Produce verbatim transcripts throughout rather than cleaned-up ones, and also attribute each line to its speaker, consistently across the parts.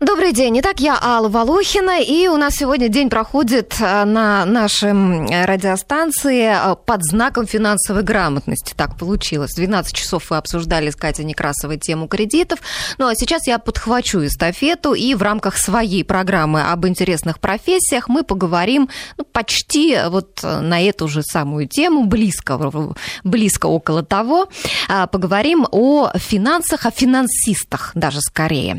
Speaker 1: Добрый день. Итак, я Алла Волохина, и у нас сегодня день проходит на нашей радиостанции под знаком финансовой грамотности. Так получилось. В двенадцать часов вы обсуждали с Катей Некрасовой тему кредитов. Ну, а сейчас я подхвачу эстафету, и в рамках своей программы об интересных профессиях мы поговорим ну, почти вот на эту же самую тему, близко, близко около того. Поговорим о финансах, о финансистах даже скорее.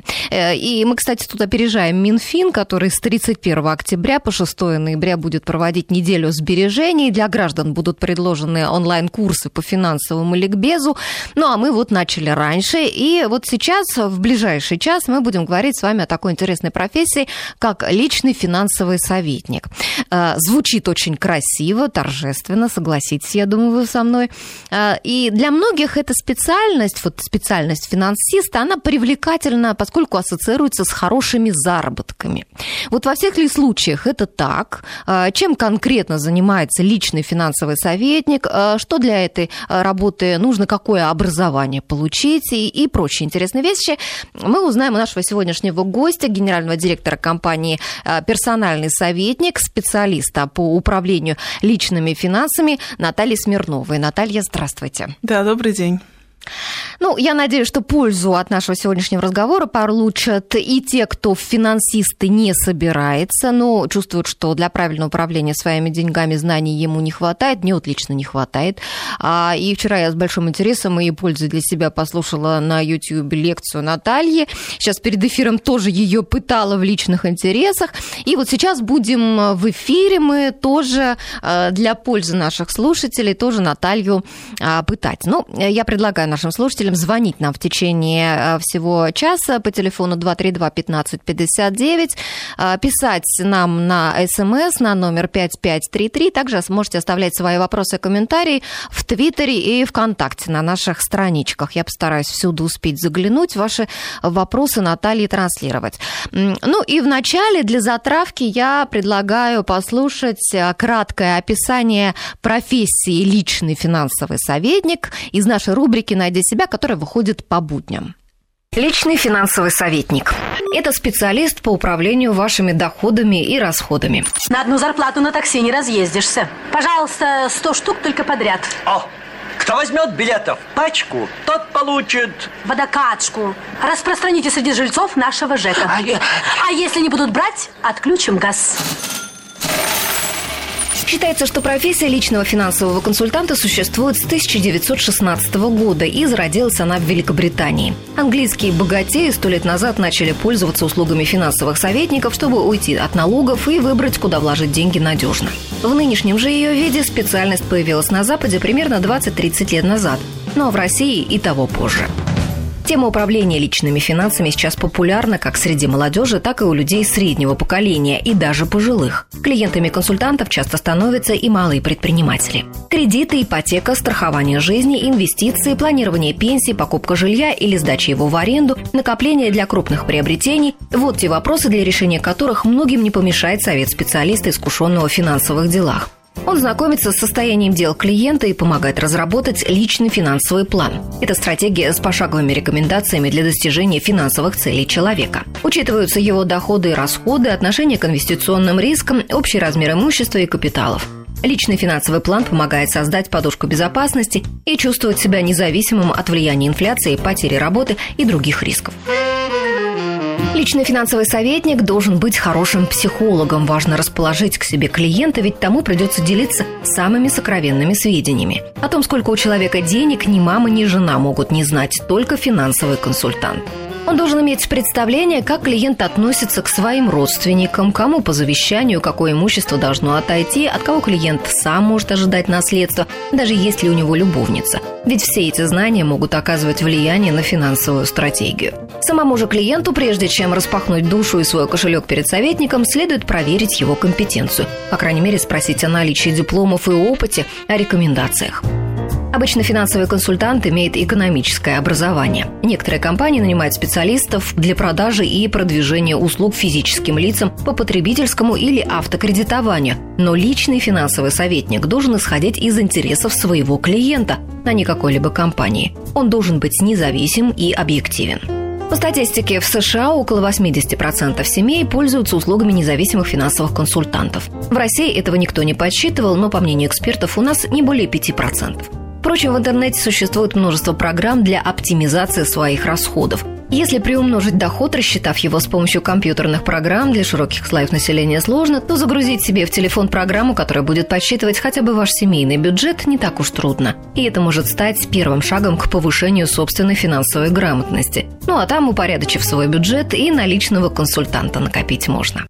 Speaker 1: И мы, кстати, тут опережаем Минфин, который с тридцать первого октября по шестого ноября будет проводить неделю сбережений. Для граждан будут предложены онлайн-курсы по финансовому ликбезу. Ну, а мы вот начали раньше. И вот сейчас, в ближайший час, мы будем говорить с вами о такой интересной профессии, как личный финансовый советник. Звучит очень красиво, торжественно, согласитесь, я думаю, вы со мной. И для многих эта специальность, вот специальность финансиста, она привлекательна, поскольку ассоциируется с хорошими заработками. Вот во всех ли случаях это так? Чем конкретно занимается личный финансовый советник? Что для этой работы нужно? Какое образование получить? И, и прочие интересные вещи. Мы узнаем у нашего сегодняшнего гостя, генерального директора компании «Персональный советник», специалиста по управлению личными финансами Натальи Смирновой. Наталья, здравствуйте.
Speaker 2: Да, добрый день.
Speaker 1: Ну, я надеюсь, что пользу от нашего сегодняшнего разговора получат и те, кто в финансисты не собирается, но чувствуют, что для правильного управления своими деньгами знаний ему не хватает, мне вот лично не хватает. А, и вчера я с большим интересом и пользой для себя послушала на YouTube лекцию Натальи. Сейчас перед эфиром тоже ее пытала в личных интересах. И вот сейчас будем в эфире мы тоже для пользы наших слушателей тоже Наталью пытать. Ну, я предлагаю нашим слушателям звонить нам в течение всего часа по телефону два три два пятнадцать пятьдесят девять, писать нам на СМС на номер пять пять три три, также можете оставлять свои вопросы и комментарии в Твиттере и ВКонтакте на наших страничках. Я постараюсь всюду успеть заглянуть, ваши вопросы Наталье транслировать. Ну и в начале для затравки я предлагаю послушать краткое описание профессии личный финансовый советник из нашей рубрики «Найди себя», которая выходит по будням. Личный финансовый советник – это специалист по управлению вашими доходами и расходами.
Speaker 3: На одну зарплату на такси не разъездишься. Пожалуйста, сто штук только подряд.
Speaker 4: О, кто возьмет билетов пачку, тот получит...
Speaker 3: Водокачку. Распространите среди жильцов нашего ЖЭКа. А, я... а если не будут брать, отключим газ.
Speaker 1: Считается, что профессия личного финансового консультанта существует с тысяча девятьсот шестнадцатого года, и зародилась она в Великобритании. Английские богатеи сто лет назад начали пользоваться услугами финансовых советников, чтобы уйти от налогов и выбрать, куда вложить деньги надежно. В нынешнем же ее виде специальность появилась на Западе примерно двадцать-тридцать лет назад, но в России и того позже. Тема управления личными финансами сейчас популярна как среди молодежи, так и у людей среднего поколения и даже пожилых. Клиентами консультантов часто становятся и малые предприниматели. Кредиты, ипотека, страхование жизни, инвестиции, планирование пенсии, покупка жилья или сдача его в аренду, накопление для крупных приобретений – вот те вопросы, для решения которых многим не помешает совет специалиста, искушенного в финансовых делах. Он знакомится с состоянием дел клиента и помогает разработать личный финансовый план. Это стратегия с пошаговыми рекомендациями для достижения финансовых целей человека. Учитываются его доходы и расходы, отношение к инвестиционным рискам, общий размер имущества и капиталов. Личный финансовый план помогает создать подушку безопасности и чувствовать себя независимым от влияния инфляции, потери работы и других рисков. Личный финансовый советник должен быть хорошим психологом. Важно расположить к себе клиента, ведь тому придется делиться самыми сокровенными сведениями. О том, сколько у человека денег, ни мама, ни жена могут не знать, только финансовый консультант. Он должен иметь представление, как клиент относится к своим родственникам, кому по завещанию, какое имущество должно отойти, от кого клиент сам может ожидать наследства, даже есть ли у него любовница. Ведь все эти знания могут оказывать влияние на финансовую стратегию. Самому же клиенту, прежде чем распахнуть душу и свой кошелек перед советником, следует проверить его компетенцию. По крайней мере, спросить о наличии дипломов и опыте, о рекомендациях. Обычно финансовый консультант имеет экономическое образование. Некоторые компании нанимают специалистов для продажи и продвижения услуг физическим лицам по потребительскому или автокредитованию. Но личный финансовый советник должен исходить из интересов своего клиента, а не какой-либо компании. Он должен быть независим и объективен. По статистике, в США около восемьдесят процентов семей пользуются услугами независимых финансовых консультантов. В России этого никто не подсчитывал, но, по мнению экспертов, у нас не более пяти процентов. Впрочем, в интернете существует множество программ для оптимизации своих расходов. Если приумножить доход, рассчитав его с помощью компьютерных программ, для широких слоев населения сложно, то загрузить себе в телефон программу, которая будет подсчитывать хотя бы ваш семейный бюджет, не так уж трудно. И это может стать первым шагом к повышению собственной финансовой грамотности. Ну а там, упорядочив свой бюджет, и на личного консультанта накопить можно.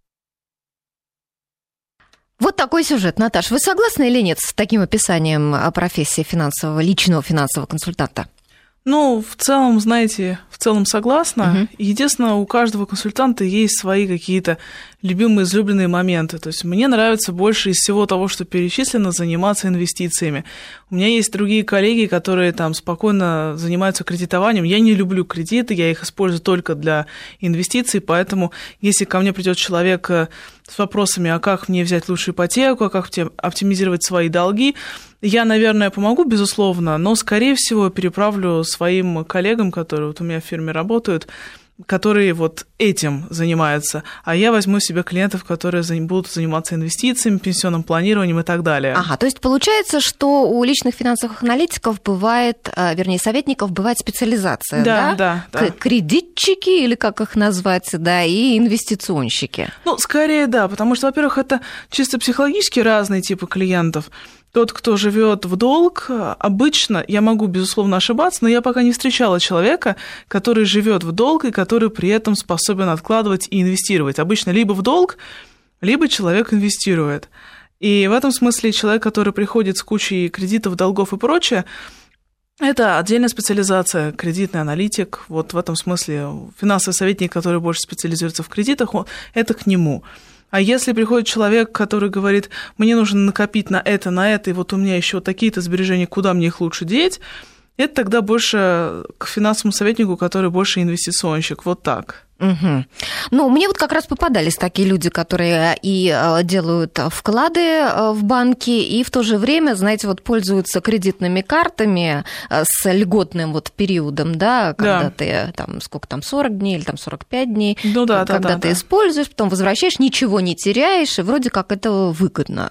Speaker 1: Вот такой сюжет. Наташ, вы согласны или нет с таким описанием профессии финансового, личного финансового консультанта?
Speaker 2: Ну, в целом, знаете, в целом согласна. Угу. Единственное, у каждого консультанта есть свои какие-то любимые, излюбленные моменты. То есть мне нравится больше из всего того, что перечислено, заниматься инвестициями. У меня есть другие коллеги, которые там спокойно занимаются кредитованием. Я не люблю кредиты, я их использую только для инвестиций, поэтому если ко мне придет человек с вопросами, а как мне взять лучшую ипотеку, а как оптимизировать свои долги, я, наверное, помогу, безусловно, но, скорее всего, переправлю своим коллегам, которые вот у меня в фирме работают, которые вот этим занимаются, а я возьму себе клиентов, которые будут заниматься инвестициями, пенсионным планированием и так далее.
Speaker 1: Ага, то есть получается, что у личных финансовых аналитиков бывает, вернее, советников бывает специализация, да?
Speaker 2: Да, да, да.
Speaker 1: Кредитчики, или как их назвать, да, и инвестиционщики.
Speaker 2: Ну, скорее, да, потому что, во-первых, это чисто психологически разные типы клиентов. Тот, кто живет в долг, обычно, я могу, безусловно, ошибаться, но я пока не встречала человека, который живет в долг и который при этом способен откладывать и инвестировать. Обычно либо в долг, либо человек инвестирует. И в этом смысле человек, который приходит с кучей кредитов, долгов и прочее, это отдельная специализация, кредитный аналитик. Вот в этом смысле финансовый советник, который больше специализируется в кредитах, это к нему. А если приходит человек, который говорит, мне нужно накопить на это, на это, и вот у меня еще такие-то сбережения, куда мне их лучше деть, это тогда больше к финансовому советнику, который больше инвестиционщик. Вот так.
Speaker 1: Угу. Ну, мне вот как раз попадались такие люди, которые и делают вклады в банки, и в то же время, знаете, вот пользуются кредитными картами с льготным вот периодом, да, когда да. ты там, сколько там, сорок дней или там сорок пять дней,
Speaker 2: ну, да,
Speaker 1: когда
Speaker 2: да, да,
Speaker 1: ты
Speaker 2: да.
Speaker 1: используешь, потом возвращаешь, ничего не теряешь, и вроде как это выгодно.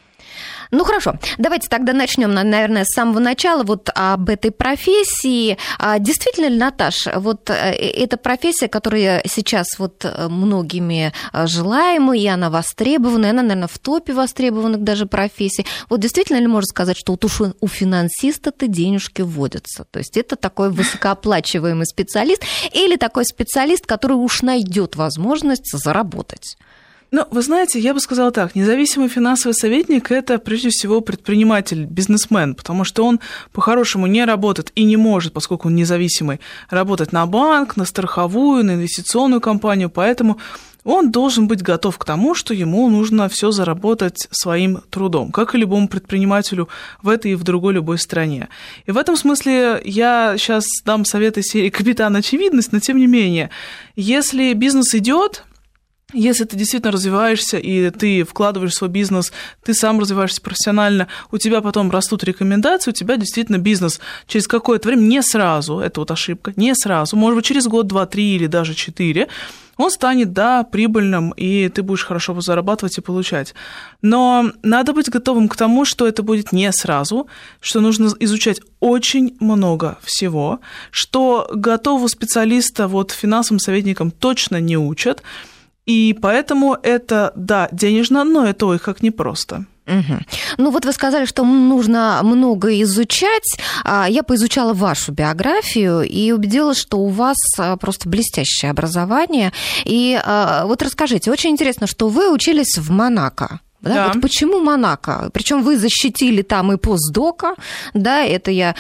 Speaker 1: Ну, хорошо. Давайте тогда начнем, наверное, с самого начала вот об этой профессии. Действительно ли, Наташ, вот эта профессия, которая сейчас вот многими желаема, и она востребована, и она, наверное, в топе востребованных даже профессий. Вот действительно ли можно сказать, что вот у финансиста-то денежки вводятся? То есть это такой высокооплачиваемый специалист или такой специалист, который уж найдет возможность заработать?
Speaker 2: Ну, вы знаете, я бы сказала так, независимый финансовый советник – это, прежде всего, предприниматель, бизнесмен, потому что он по-хорошему не работает и не может, поскольку он независимый, работать на банк, на страховую, на инвестиционную компанию, поэтому он должен быть готов к тому, что ему нужно все заработать своим трудом, как и любому предпринимателю в этой и в другой любой стране. И в этом смысле я сейчас дам советы серии «Капитан Очевидность», но тем не менее, если бизнес идет, если ты действительно развиваешься, и ты вкладываешь в свой бизнес, ты сам развиваешься профессионально, у тебя потом растут рекомендации, у тебя действительно бизнес через какое-то время, не сразу, это вот ошибка, не сразу, может быть, через год, два, три или даже четыре, он станет, да, прибыльным, и ты будешь хорошо зарабатывать и получать. Но надо быть готовым к тому, что это будет не сразу, что нужно изучать очень много всего, что готового специалиста вот финансовым советникам точно не учат, и поэтому это, да, денежно, но это ой, как непросто.
Speaker 1: Угу. Ну вот вы сказали, что нужно много изучать. Я поизучала вашу биографию и убедилась, что у вас просто блестящее образование. И вот расскажите, очень интересно, что вы учились в Монако. Да? Да. Вот почему Монако? Причем вы защитили там и постдока, да, это я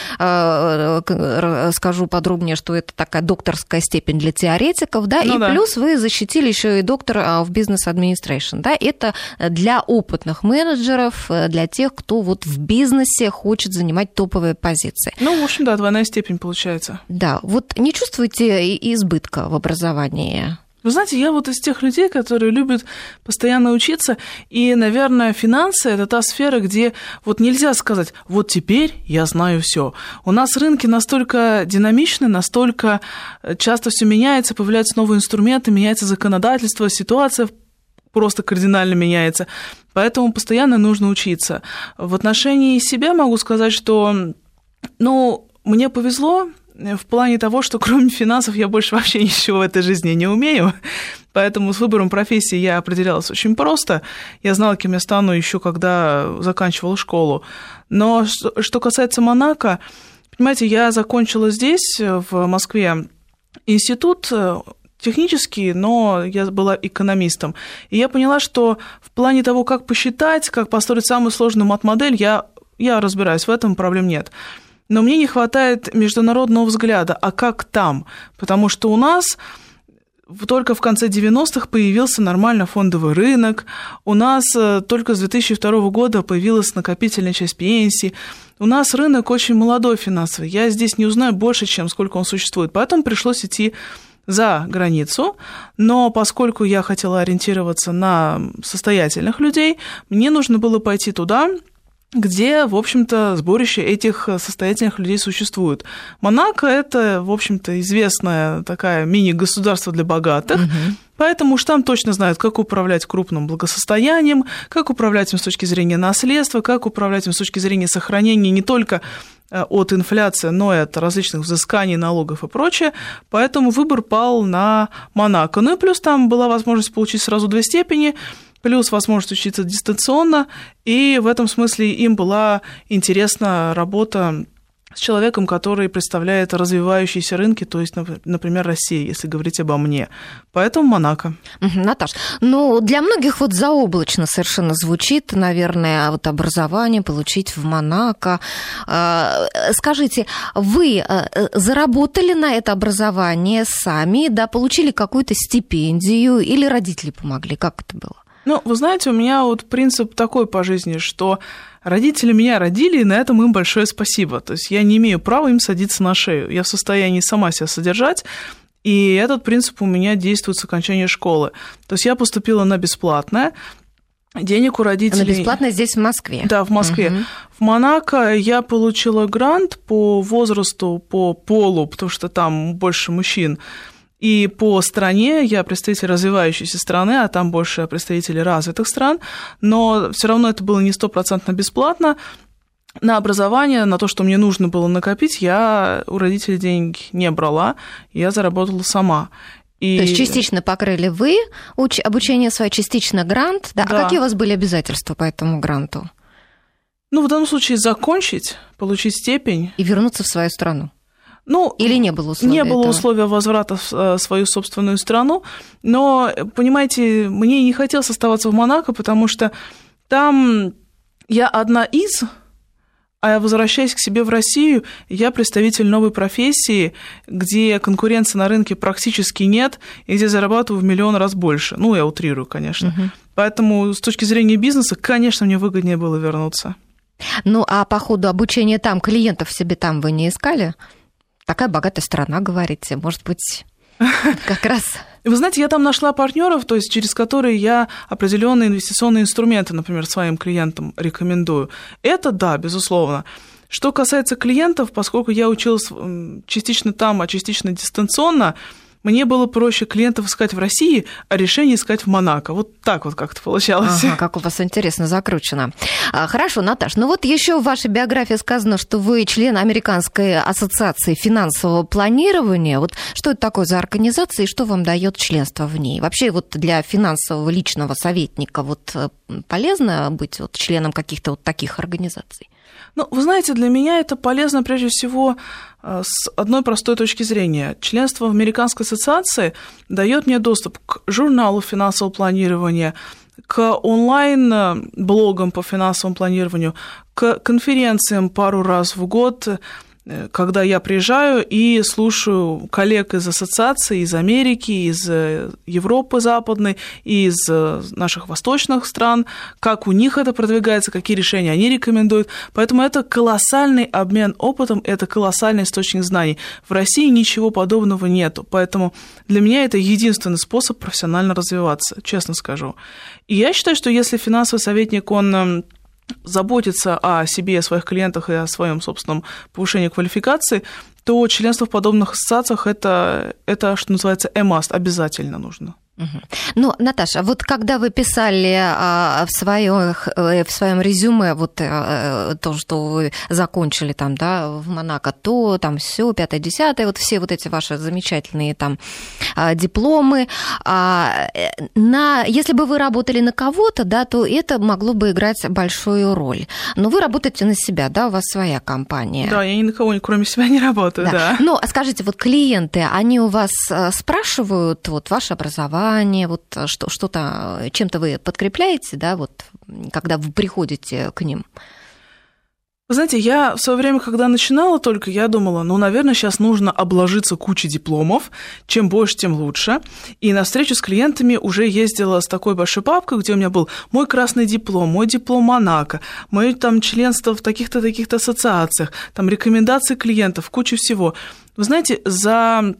Speaker 1: э, скажу подробнее, что это такая докторская степень для теоретиков, да, ну и да. Плюс вы защитили еще и доктор в бизнес-администрейшн, да, это для опытных менеджеров, для тех, кто вот в бизнесе хочет занимать топовые позиции.
Speaker 2: Ну, в общем, да, двойная степень получается.
Speaker 1: Да, вот не чувствуете избытка в образовании?
Speaker 2: Вы знаете, я вот из тех людей, которые любят постоянно учиться, и, наверное, финансы – это та сфера, где вот нельзя сказать, вот теперь я знаю все. У нас рынки настолько динамичны, настолько часто все меняется, появляются новые инструменты, меняется законодательство, ситуация просто кардинально меняется, поэтому постоянно нужно учиться. В отношении себя могу сказать, что, ну, мне повезло, в плане того, что кроме финансов я больше вообще ничего в этой жизни не умею, поэтому с выбором профессии я определялась очень просто. Я знала, кем я стану еще когда заканчивала школу. Но что касается Монако, понимаете, я закончила здесь, в Москве, институт технический, но я была экономистом. И я поняла, что в плане того, как посчитать, как построить самую сложную мат-модель, я, я разбираюсь, в этом проблем нет. Но мне не хватает международного взгляда, а как там? Потому что у нас только в конце девяностых появился нормально фондовый рынок, у нас только с две тысячи второго года появилась накопительная часть пенсий, у нас рынок очень молодой финансовый, я здесь не узнаю больше, чем сколько он существует, поэтому пришлось идти за границу, но поскольку я хотела ориентироваться на состоятельных людей, мне нужно было пойти туда, где, в общем-то, сборище этих состоятельных людей существует. Монако – это, в общем-то, известное такое мини-государство для богатых, угу. Поэтому уж там точно знают, как управлять крупным благосостоянием, как управлять им с точки зрения наследства, как управлять им с точки зрения сохранения не только от инфляции, но и от различных взысканий, налогов и прочее. Поэтому выбор пал на Монако. Ну и плюс там была возможность получить сразу две степени, плюс возможность учиться дистанционно, и в этом смысле им была интересна работа с человеком, который представляет развивающиеся рынки, то есть, например, Россия, если говорить обо мне. Поэтому Монако.
Speaker 1: Наташ, ну, для многих вот заоблачно совершенно звучит, наверное, вот образование получить в Монако. Скажите, вы заработали на это образование сами, да, получили какую-то стипендию или родители помогли? Как это было?
Speaker 2: Ну, вы знаете, у меня вот принцип такой по жизни, что родители меня родили, и на этом им большое спасибо. То есть я не имею права им садиться на шею. Я в состоянии сама себя содержать, и этот принцип у меня действует с окончания школы. То есть я поступила на бесплатное, денег у родителей...
Speaker 1: На бесплатное здесь, в Москве?
Speaker 2: Да, в Москве. Угу. В Монако я получила грант по возрасту, по полу, потому что там больше мужчин. И по стране я представитель развивающейся страны, а там больше представители развитых стран, но все равно это было не стопроцентно бесплатно. На образование, на то, что мне нужно было накопить, я у родителей денег не брала, я заработала сама. И...
Speaker 1: То есть частично покрыли вы уч... обучение свое, частично грант, да?
Speaker 2: Да.
Speaker 1: А какие у вас были обязательства по этому гранту?
Speaker 2: Ну, в данном случае закончить, получить степень.
Speaker 1: И вернуться в свою страну.
Speaker 2: Ну,
Speaker 1: или не было условия
Speaker 2: Не было
Speaker 1: этого?
Speaker 2: условия возврата в свою собственную страну, но, понимаете, мне не хотелось оставаться в Монако, потому что там я одна из, а возвращаясь к себе в Россию, я представитель новой профессии, где конкуренции на рынке практически нет, и где зарабатываю в миллион раз больше. Ну, я утрирую, конечно. Угу. Поэтому с точки зрения бизнеса, конечно, мне выгоднее было вернуться.
Speaker 1: Ну, а по ходу обучения там клиентов себе там вы не искали? Такая богатая страна, говорите, может быть, как раз...
Speaker 2: Вы знаете, я там нашла партнеров, то есть через которые я определенные инвестиционные инструменты, например, своим клиентам рекомендую. Это да, безусловно. Что касается клиентов, поскольку я училась частично там, а частично дистанционно, мне было проще клиентов искать в России, а решение искать в Монако. Вот так вот как-то получалось.
Speaker 1: Ага, как у вас интересно закручено. Хорошо, Наташ, ну вот еще в вашей биографии сказано, что вы член Американской ассоциации финансового планирования. Вот что это такое за организация и что вам дает членство в ней? Вообще вот для финансового личного советника вот полезно быть вот членом каких-то вот таких организаций?
Speaker 2: Ну, вы знаете, для меня это полезно прежде всего с одной простой точки зрения. Членство в Американской ассоциации дает мне доступ к журналу финансового планирования, к онлайн-блогам по финансовому планированию, к конференциям пару раз в год, когда я приезжаю и слушаю коллег из ассоциаций, из Америки, из Европы западной, из наших восточных стран, как у них это продвигается, какие решения они рекомендуют. Поэтому это колоссальный обмен опытом, это колоссальный источник знаний. В России ничего подобного нету, поэтому для меня это единственный способ профессионально развиваться, честно скажу. И я считаю, что если финансовый советник, он заботиться о себе, о своих клиентах и о своем собственном повышении квалификации, то членство в подобных ассоциациях это, это что называется, a must, обязательно нужно.
Speaker 1: Угу. Ну, Наташа, вот когда вы писали а, в, своих, в своем резюме вот а, то, что вы закончили там, да, в Монако, то там все, пятое, десятое, вот все вот эти ваши замечательные там а, дипломы, а, на, если бы вы работали на кого-то, да, то это могло бы играть большую роль. Но вы работаете на себя, да, у вас своя компания.
Speaker 2: Да, я ни на кого, кроме себя, не работаю, да. да.
Speaker 1: Ну, а скажите, вот клиенты, они у вас спрашивают вот ваше образование, вот что, что-то, чем-то вы подкрепляете, да, вот, когда вы приходите к ним?
Speaker 2: Вы знаете, я в свое время, когда начинала только, я думала, ну, наверное, сейчас нужно обложиться кучей дипломов, чем больше, тем лучше. И на встречу с клиентами уже ездила с такой большой папкой, где у меня был мой красный диплом, мой диплом Монако, мое там членство в таких-то, таких-то ассоциациях, там рекомендации клиентов, куча всего. Вы знаете, за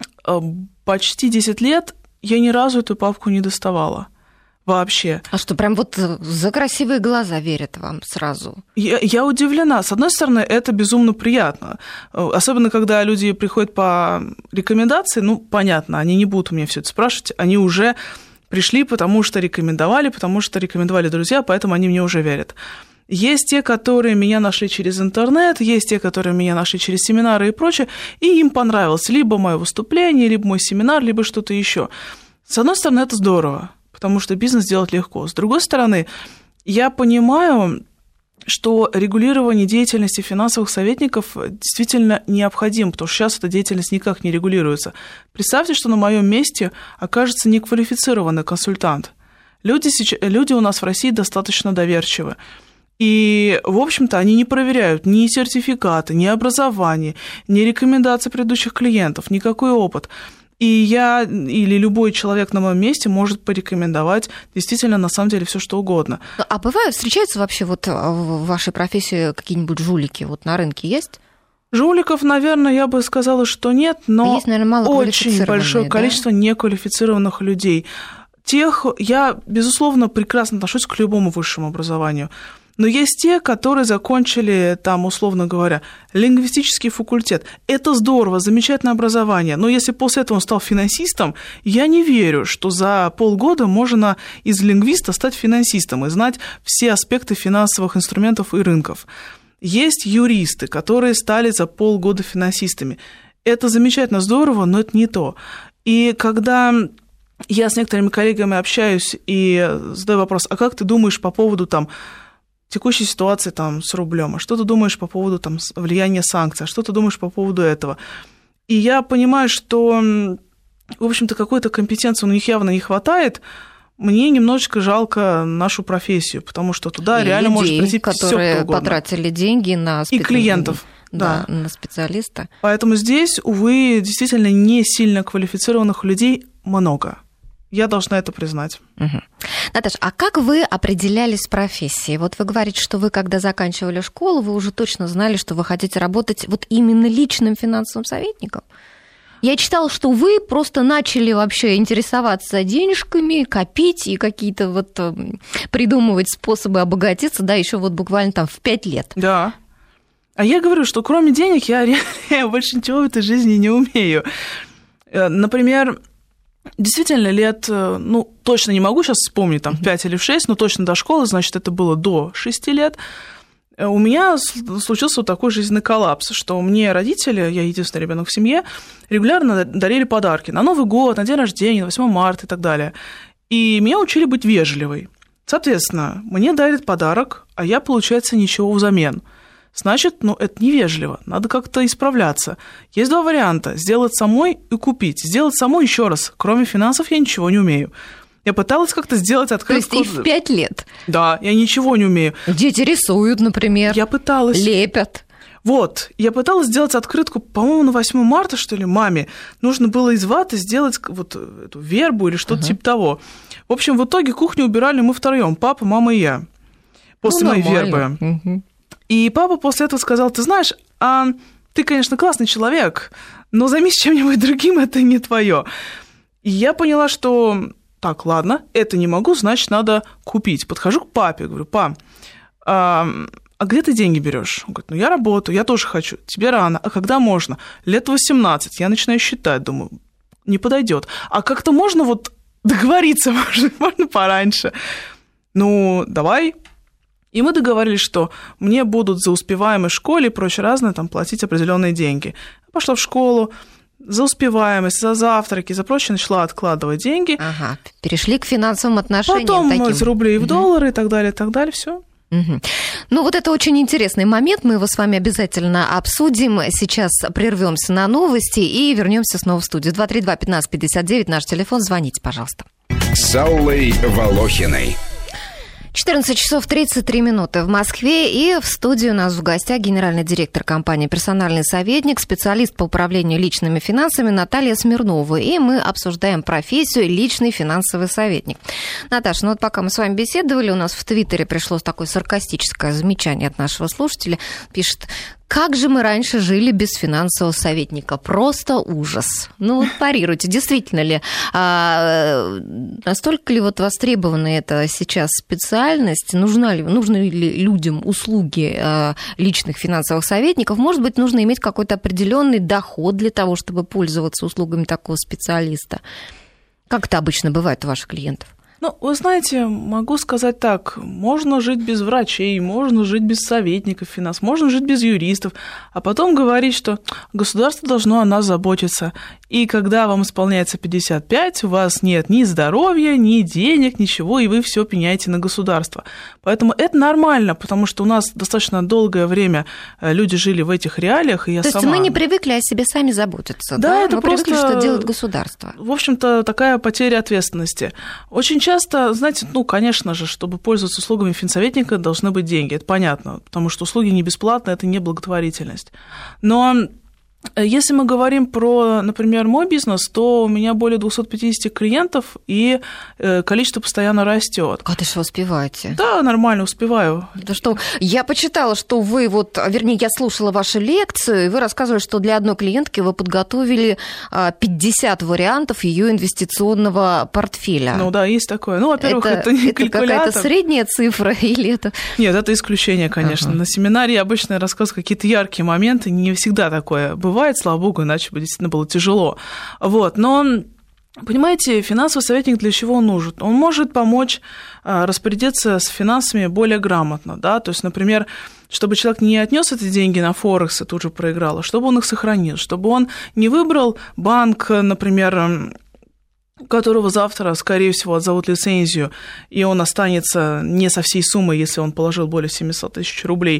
Speaker 2: почти десять лет я ни разу эту папку не доставала. Вообще.
Speaker 1: А что, прям вот за красивые глаза верят вам сразу?
Speaker 2: Я, я удивлена. С одной стороны, это безумно приятно. Особенно, когда люди приходят по рекомендации, ну, понятно, они не будут у меня все это спрашивать, они уже пришли, потому что рекомендовали, потому что рекомендовали друзья, поэтому они мне уже верят. Есть те, которые меня нашли через интернет, есть те, которые меня нашли через семинары и прочее, и им понравилось либо мое выступление, либо мой семинар, либо что-то еще. С одной стороны, это здорово, потому что бизнес делать легко. С другой стороны, я понимаю, что регулирование деятельности финансовых советников действительно необходимо, потому что сейчас эта деятельность никак не регулируется. Представьте, что на моем месте окажется неквалифицированный консультант. Люди, сейчас, люди у нас в России достаточно доверчивы. И, в общем-то, они не проверяют ни сертификаты, ни образование, ни рекомендации предыдущих клиентов, никакой опыт. И я или любой человек на моем месте может порекомендовать действительно, на самом деле, все что угодно.
Speaker 1: А бывают, встречаются вообще вот в вашей профессии какие-нибудь жулики? Вот на рынке есть?
Speaker 2: Жуликов, наверное, я бы сказала, что нет, но
Speaker 1: есть, наверное, мало
Speaker 2: очень большое да? количество неквалифицированных людей. Тех, я, безусловно, прекрасно отношусь к любому высшему образованию. Но есть те, которые закончили, там, условно говоря, лингвистический факультет. Это здорово, замечательное образование. Но если после этого он стал финансистом, я не верю, что за полгода можно из лингвиста стать финансистом и знать все аспекты финансовых инструментов и рынков. Есть юристы, которые стали за полгода финансистами. Это замечательно, здорово, но это не то. И когда я с некоторыми коллегами общаюсь и задаю вопрос, а как ты думаешь по поводу там текущей ситуации там, с рублем, а что ты думаешь по поводу там, влияния санкций, а что ты думаешь по поводу этого? И я понимаю, что, в общем-то, какой-то компетенции у них явно не хватает. Мне немножечко жалко нашу профессию, потому что туда
Speaker 1: и
Speaker 2: реально
Speaker 1: людей,
Speaker 2: может прийти
Speaker 1: которые
Speaker 2: всё, кто угодно.
Speaker 1: Потратили деньги на специ...
Speaker 2: И клиентов.
Speaker 1: Да,
Speaker 2: да,
Speaker 1: на специалиста.
Speaker 2: Поэтому здесь, увы, действительно не сильно квалифицированных людей много. Я должна это признать.
Speaker 1: Угу. Наташа, а как вы определялись с профессией? Вот вы говорите, что вы, когда заканчивали школу, вы уже точно знали, что вы хотите работать вот именно личным финансовым советником? Я читала, что вы просто начали вообще интересоваться денежками, копить и какие-то вот придумывать способы обогатиться, да, еще вот буквально там в пять лет.
Speaker 2: Да. А я говорю, что кроме денег я, я больше ничего в этой жизни не умею. Например, действительно, лет, ну, точно не могу сейчас вспомнить, там, в пять или в шесть, но точно до школы, значит, это было до шести лет, у меня случился вот такой жизненный коллапс, что мне родители, я единственный ребенок в семье, регулярно дарили подарки на Новый год, на день рождения, на восьмое марта и так далее. И меня учили быть вежливой. Соответственно, мне дарят подарок, а я, получается, ничего взамен. Значит, ну, это невежливо, надо как-то исправляться. Есть два варианта: сделать самой и купить. Сделать самой, еще раз, кроме финансов я ничего не умею. Я пыталась как-то сделать открытку.
Speaker 1: То есть и в пять лет?
Speaker 2: Да, я ничего не умею.
Speaker 1: Дети рисуют, например.
Speaker 2: Я пыталась.
Speaker 1: Лепят.
Speaker 2: Вот, я пыталась сделать открытку, по-моему, на восьмое марта, что ли, маме. Нужно было из ваты сделать вот эту вербу или что-то uh-huh. типа того. В общем, в итоге кухню убирали мы втроем, папа, мама и я, после ну, моей вербы. Uh-huh. И папа после этого сказал, ты знаешь, а ты, конечно, классный человек, но займись чем-нибудь другим, это не твое. И я поняла, что так, ладно, это не могу, значит, надо купить. Подхожу к папе, говорю, пап, а... а где ты деньги берешь? Он говорит, ну я работаю, я тоже хочу. Тебе рано. А когда можно? Лет восемнадцать. Я начинаю считать, думаю, не подойдет. А как-то можно вот договориться, можно, можно пораньше. Ну, давай. И мы договорились, что мне будут за успеваемость в школе и прочее разное там платить определенные деньги. Пошла в школу, за успеваемость, за завтраки, за прочее начала откладывать деньги.
Speaker 1: Ага, перешли к финансовым отношениям.
Speaker 2: Потом
Speaker 1: таким.
Speaker 2: из рублей в
Speaker 1: угу.
Speaker 2: доллары и так далее, и так далее, все.
Speaker 1: Угу. Ну, вот это очень интересный момент. Мы его с вами обязательно обсудим. Сейчас прервемся на новости и вернемся снова в студию. два три два пятнадцать пятьдесят девять, наш телефон. Звоните, пожалуйста.
Speaker 5: С Аллой Волохиной.
Speaker 1: четырнадцать часов тридцать три минуты в Москве, и в студии у нас в гостях генеральный директор компании «Персональный советник», специалист по управлению личными финансами Наталья Смирнова. И мы обсуждаем профессию личный финансовый советник. Наташа, ну вот пока мы с вами беседовали, у нас в Твиттере пришло такое саркастическое замечание от нашего слушателя. Пишет: как же мы раньше жили без финансового советника? Просто ужас. Ну, вот парируйте, действительно ли, а, настолько ли вот востребована эта сейчас специальность? Нужна ли, нужны ли людям услуги а, личных финансовых советников? Может быть, нужно иметь какой-то определенный доход для того, чтобы пользоваться услугами такого специалиста? Как это обычно бывает у ваших клиентов?
Speaker 2: Ну, вы знаете, могу сказать так, можно жить без врачей, можно жить без советников финансов, можно жить без юристов, а потом говорить, что государство должно о нас заботиться. И когда вам исполняется пятьдесят пять, у вас нет ни здоровья, ни денег, ничего, и вы все пеняете на государство. Поэтому это нормально, потому что у нас достаточно долгое время люди жили в этих реалиях, и я
Speaker 1: То
Speaker 2: сама...
Speaker 1: есть мы не привыкли о себе сами заботиться, да?
Speaker 2: Да, это
Speaker 1: мы
Speaker 2: просто...
Speaker 1: привыкли, что делает государство.
Speaker 2: В общем-то, такая потеря ответственности. Очень часто, знаете, ну, конечно же, чтобы пользоваться услугами финсоветника, должны быть деньги, это понятно, потому что услуги не бесплатные, это не благотворительность. Но если мы говорим про, например, мой бизнес, то у меня более двести пятьдесят клиентов, и количество постоянно растет.
Speaker 1: Как ты же успеваете?
Speaker 2: Да, нормально успеваю.
Speaker 1: Да что, я почитала, что вы вот, вернее, я слушала ваши лекции, и вы рассказывали, что для одной клиентки вы подготовили пятьдесят вариантов ее инвестиционного портфеля.
Speaker 2: Ну да, есть такое. Ну, во-первых, это, это не
Speaker 1: это
Speaker 2: калькулятор. Это
Speaker 1: какая-то средняя цифра или это...
Speaker 2: Нет, это исключение, конечно. Ага. На семинаре я обычно рассказываю какие-то яркие моменты, не всегда такое бывает, слава богу, иначе бы действительно было тяжело. Вот, но... Понимаете, финансовый советник для чего он нужен? Он может помочь распорядиться с финансами более грамотно, да, то есть, например, чтобы человек не отнес эти деньги на Форекс и тут же проиграл, а чтобы он их сохранил, чтобы он не выбрал банк, например, которого завтра, скорее всего, отзовут лицензию, и он останется не со всей суммой, если он положил более семьсот тысяч рублей,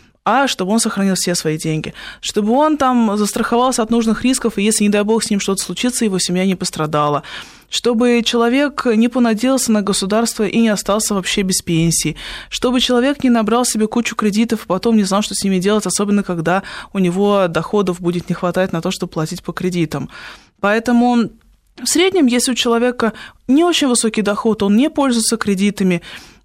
Speaker 2: а чтобы он сохранил все свои деньги, чтобы он там застраховался от нужных рисков, и если, не дай бог, с ним что-то случится, его семья не пострадала, чтобы человек не понадеялся на государство и не остался вообще без пенсии, чтобы человек не набрал себе кучу кредитов, и потом не знал, что с ними делать, особенно когда у него доходов будет не хватать на то, чтобы платить по кредитам. Поэтому в среднем, если у человека не очень высокий доход, он не пользуется кредитами,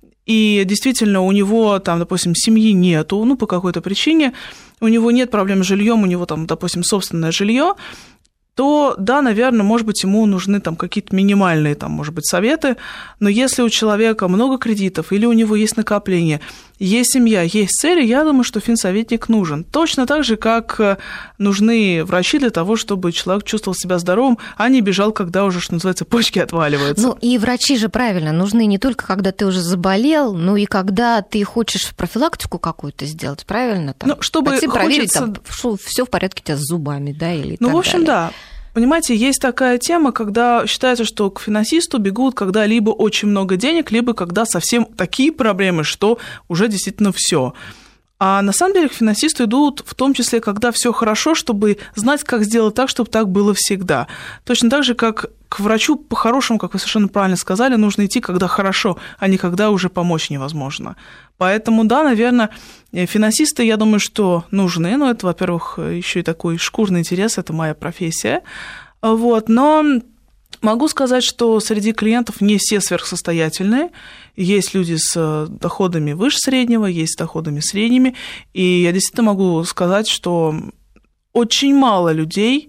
Speaker 2: и действительно у него, там, допустим, семьи нету, ну, по какой-то причине, у него нет проблем с жильем, у него, там, допустим, собственное жилье, то, да, наверное, может быть, ему нужны там какие-то минимальные, там, может быть, советы, но если у человека много кредитов или у него есть накопление, есть семья, есть цели, я думаю, что финсоветник нужен. Точно так же, как нужны врачи для того, чтобы человек чувствовал себя здоровым, а не бежал, когда уже, что называется, почки отваливаются.
Speaker 1: Ну, и врачи же, правильно, нужны не только когда ты уже заболел, но и когда ты хочешь профилактику какую-то сделать, правильно? Там,
Speaker 2: ну, чтобы
Speaker 1: хочется... проверить, там, все в порядке у тебя с зубами, да, или
Speaker 2: Ну,
Speaker 1: так
Speaker 2: в общем,
Speaker 1: далее.
Speaker 2: да. Понимаете, есть такая тема, когда считается, что к финансисту бегут, когда либо очень много денег, либо когда совсем такие проблемы, что уже действительно все. А на самом деле к финансисту идут в том числе, когда все хорошо, чтобы знать, как сделать так, чтобы так было всегда. Точно так же, как к врачу по-хорошему, как вы совершенно правильно сказали, нужно идти, когда хорошо, а не когда уже помочь невозможно. Поэтому, да, наверное, финансисты, я думаю, что нужны. Но это, во-первых, еще и такой шкурный интерес, это моя профессия. Вот, но могу сказать, что среди клиентов не все сверхсостоятельные. Есть люди с доходами выше среднего, есть с доходами средними. И я действительно могу сказать, что очень мало людей,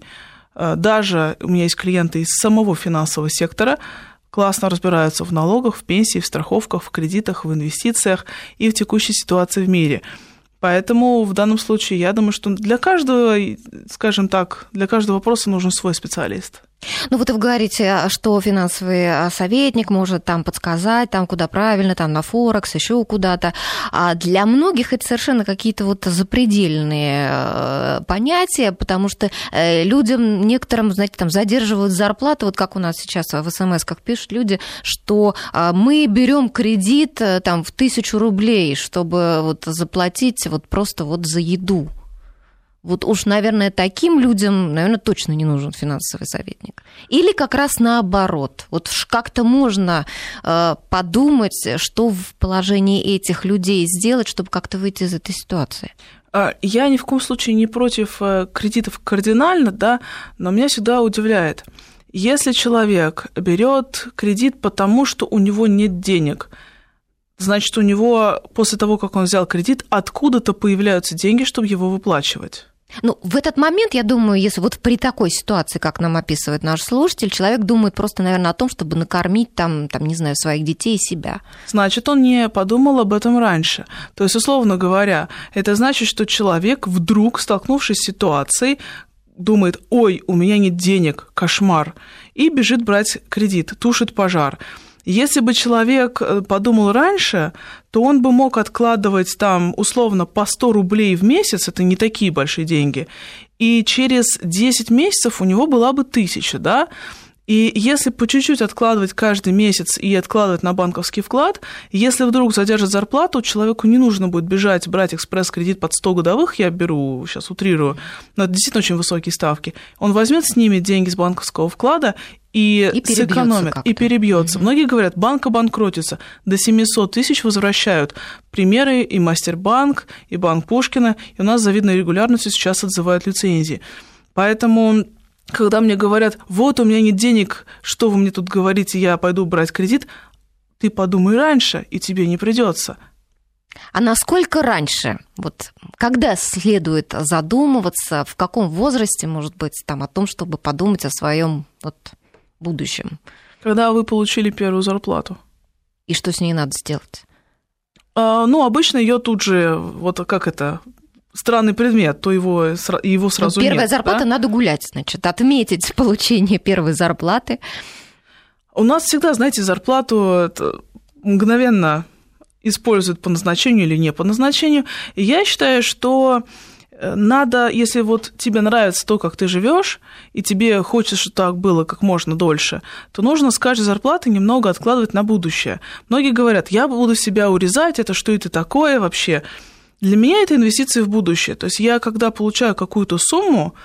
Speaker 2: даже у меня есть клиенты из самого финансового сектора, классно разбираются в налогах, в пенсии, в страховках, в кредитах, в инвестициях и в текущей ситуации в мире. Поэтому в данном случае я думаю, что для каждого, скажем так, для каждого вопроса нужен свой специалист.
Speaker 1: Ну вот вы говорите, что финансовый советник может там подсказать, там куда правильно, там на Форекс, еще куда-то. А для многих это совершенно какие-то вот запредельные понятия, потому что людям, некоторым, знаете, там задерживают зарплату, вот как у нас сейчас в смс-ках пишут люди, что мы берем кредит там в тысячу рублей, чтобы вот заплатить вот просто вот за еду. Вот уж, наверное, таким людям, наверное, точно не нужен финансовый советник. Или как раз наоборот. Вот как-то можно э, подумать, что в положении этих людей сделать, чтобы как-то выйти из этой ситуации.
Speaker 2: Я ни в коем случае не против кредитов кардинально, да, но меня всегда удивляет, если человек берет кредит потому, что у него нет денег, значит, у него после того, как он взял кредит, откуда-то появляются деньги, чтобы его выплачивать.
Speaker 1: Ну, в этот момент, я думаю, если вот при такой ситуации, как нам описывает наш слушатель, человек думает просто, наверное, о том, чтобы накормить там, там, не знаю, своих детей и себя.
Speaker 2: Значит, он не подумал об этом раньше. То есть, условно говоря, это значит, что человек вдруг, столкнувшись с ситуацией, думает: ой, у меня нет денег, кошмар, и бежит брать кредит, тушит пожар. Если бы человек подумал раньше, то он бы мог откладывать там условно по сто рублей в месяц, это не такие большие деньги, и через десять месяцев у него была бы тысяча, да? И если по чуть-чуть откладывать каждый месяц и откладывать на банковский вклад, если вдруг задержат зарплату, человеку не нужно будет бежать, брать экспресс-кредит под сто годовых, я беру, сейчас утрирую, но это действительно очень высокие ставки, он возьмет, снимет деньги с банковского вклада и, и сэкономит, и перебьется. Угу. Многие говорят, банк обанкротится, до семьсот тысяч возвращают. Примеры и Мастербанк, и Банк Пушкина, и у нас с завидной регулярностью сейчас отзывают лицензии. Поэтому, когда мне говорят: вот у меня нет денег, что вы мне тут говорите, я пойду брать кредит, ты подумай раньше, и тебе не придется.
Speaker 1: А насколько раньше? Вот когда следует задумываться, в каком возрасте, может быть, там, о том, чтобы подумать о своем вот будущем?
Speaker 2: Когда вы получили первую зарплату.
Speaker 1: И что с ней надо сделать?
Speaker 2: А, ну, обычно ее тут же, вот как это, странный предмет, то его, его сразу
Speaker 1: ну, первая
Speaker 2: нет.
Speaker 1: Зарплата, да? Надо гулять, значит, отметить получение первой зарплаты.
Speaker 2: У нас всегда, знаете, зарплату мгновенно используют по назначению или не по назначению. И я считаю, что надо, если вот тебе нравится то, как ты живешь, и тебе хочется, чтобы так было как можно дольше, то нужно с каждой зарплаты немного откладывать на будущее. Многие говорят: я буду себя урезать, это что это такое вообще? Для меня это инвестиции в будущее. То есть я, когда получаю какую-то сумму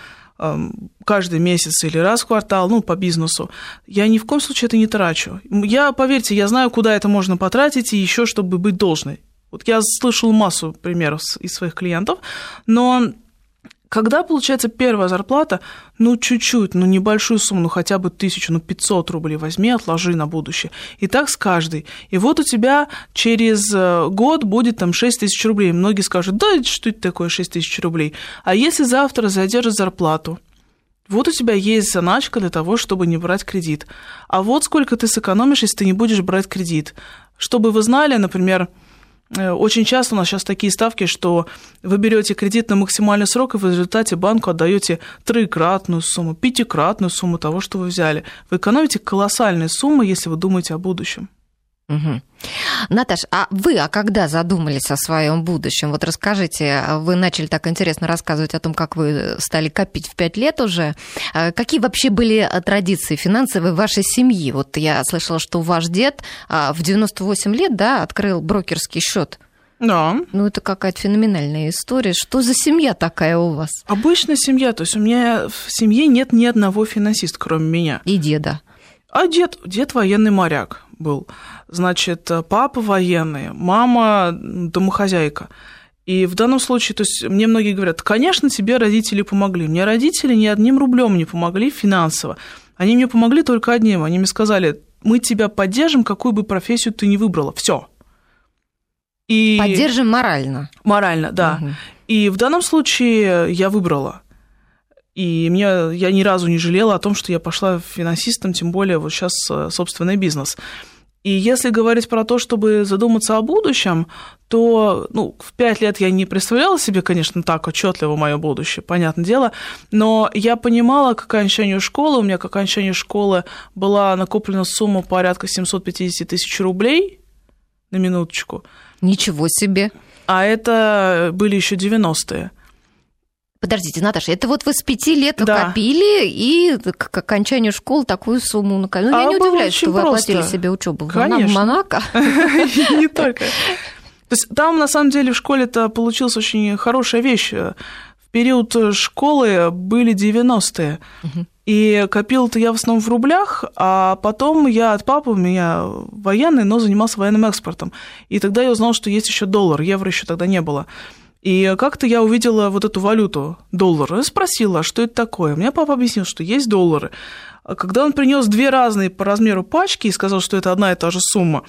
Speaker 2: каждый месяц или раз в квартал, ну, по бизнесу, я ни в коем случае это не трачу. Я, поверьте, я знаю, куда это можно потратить, и еще чтобы быть должной. Вот я слышал массу примеров из своих клиентов, но когда получается первая зарплата, ну, чуть-чуть, ну, небольшую сумму, ну, хотя бы тысячу, ну, пятьсот рублей возьми, отложи на будущее. И так с каждой. И вот у тебя через год будет там шесть тысяч рублей. Многие скажут: да, что это такое шесть тысяч рублей? А если завтра задержат зарплату? Вот у тебя есть заначка для того, чтобы не брать кредит. А вот сколько ты сэкономишь, если ты не будешь брать кредит. Чтобы вы знали, например, очень часто у нас сейчас такие ставки, что вы берете кредит на максимальный срок, и в результате банку отдаете трикратную сумму, пятикратную сумму того, что вы взяли. Вы экономите колоссальные суммы, если вы думаете о будущем.
Speaker 1: Угу. Наташ, а вы, а когда задумались о своем будущем? Вот расскажите, вы начали так интересно рассказывать о том, как вы стали копить в пять лет уже. Какие вообще были традиции финансовые в вашей семьи? Вот я слышала, что ваш дед в девяносто восемь лет, да, открыл брокерский счет.
Speaker 2: Да.
Speaker 1: Ну, это какая-то феноменальная история. Что за семья такая у вас?
Speaker 2: Обычная семья. То есть у меня в семье нет ни одного финансиста, кроме меня.
Speaker 1: И деда.
Speaker 2: А дед, дед военный моряк был. Значит, папа военный, мама домохозяйка. И в данном случае, то есть мне многие говорят, конечно, тебе родители помогли. Мне родители ни одним рублем не помогли финансово. Они мне помогли только одним. Они мне сказали, мы тебя поддержим, какую бы профессию ты ни выбрала. Все. И...
Speaker 1: Поддержим морально.
Speaker 2: Морально, да. Угу. И в данном случае я выбрала. И мне, я ни разу не жалела о том, что я пошла финансистом, тем более вот сейчас собственный бизнес. И если говорить про то, чтобы задуматься о будущем, то ну, в пять лет я не представляла себе, конечно, так отчетливо мое будущее, понятное дело, но я понимала, к окончанию школы, у меня к окончанию школы была накоплена сумма порядка семьсот пятьдесят тысяч рублей, на минуточку.
Speaker 1: Ничего себе.
Speaker 2: А это были еще девяностые.
Speaker 1: Подождите, Наташа, это вот вы с пяти лет
Speaker 2: да.
Speaker 1: копили и к окончанию школы такую сумму накопили. Ну, я а не удивляюсь, что вы просто. Оплатили себе учебу в Монако.
Speaker 2: Не только. То есть там, на самом деле, в школе-то получилась очень хорошая вещь. В период школы были девяностые. И копила-то я в основном в рублях, а потом я от папы, у меня военный, но занимался военным экспортом. И тогда я узнала, что есть еще доллар, евро еще тогда не было. И как-то я увидела вот эту валюту, доллар, и спросила, что это такое. Мне папа объяснил, что есть доллары. А когда он принес две разные по размеру пачки и сказал, что это одна и та же сумма,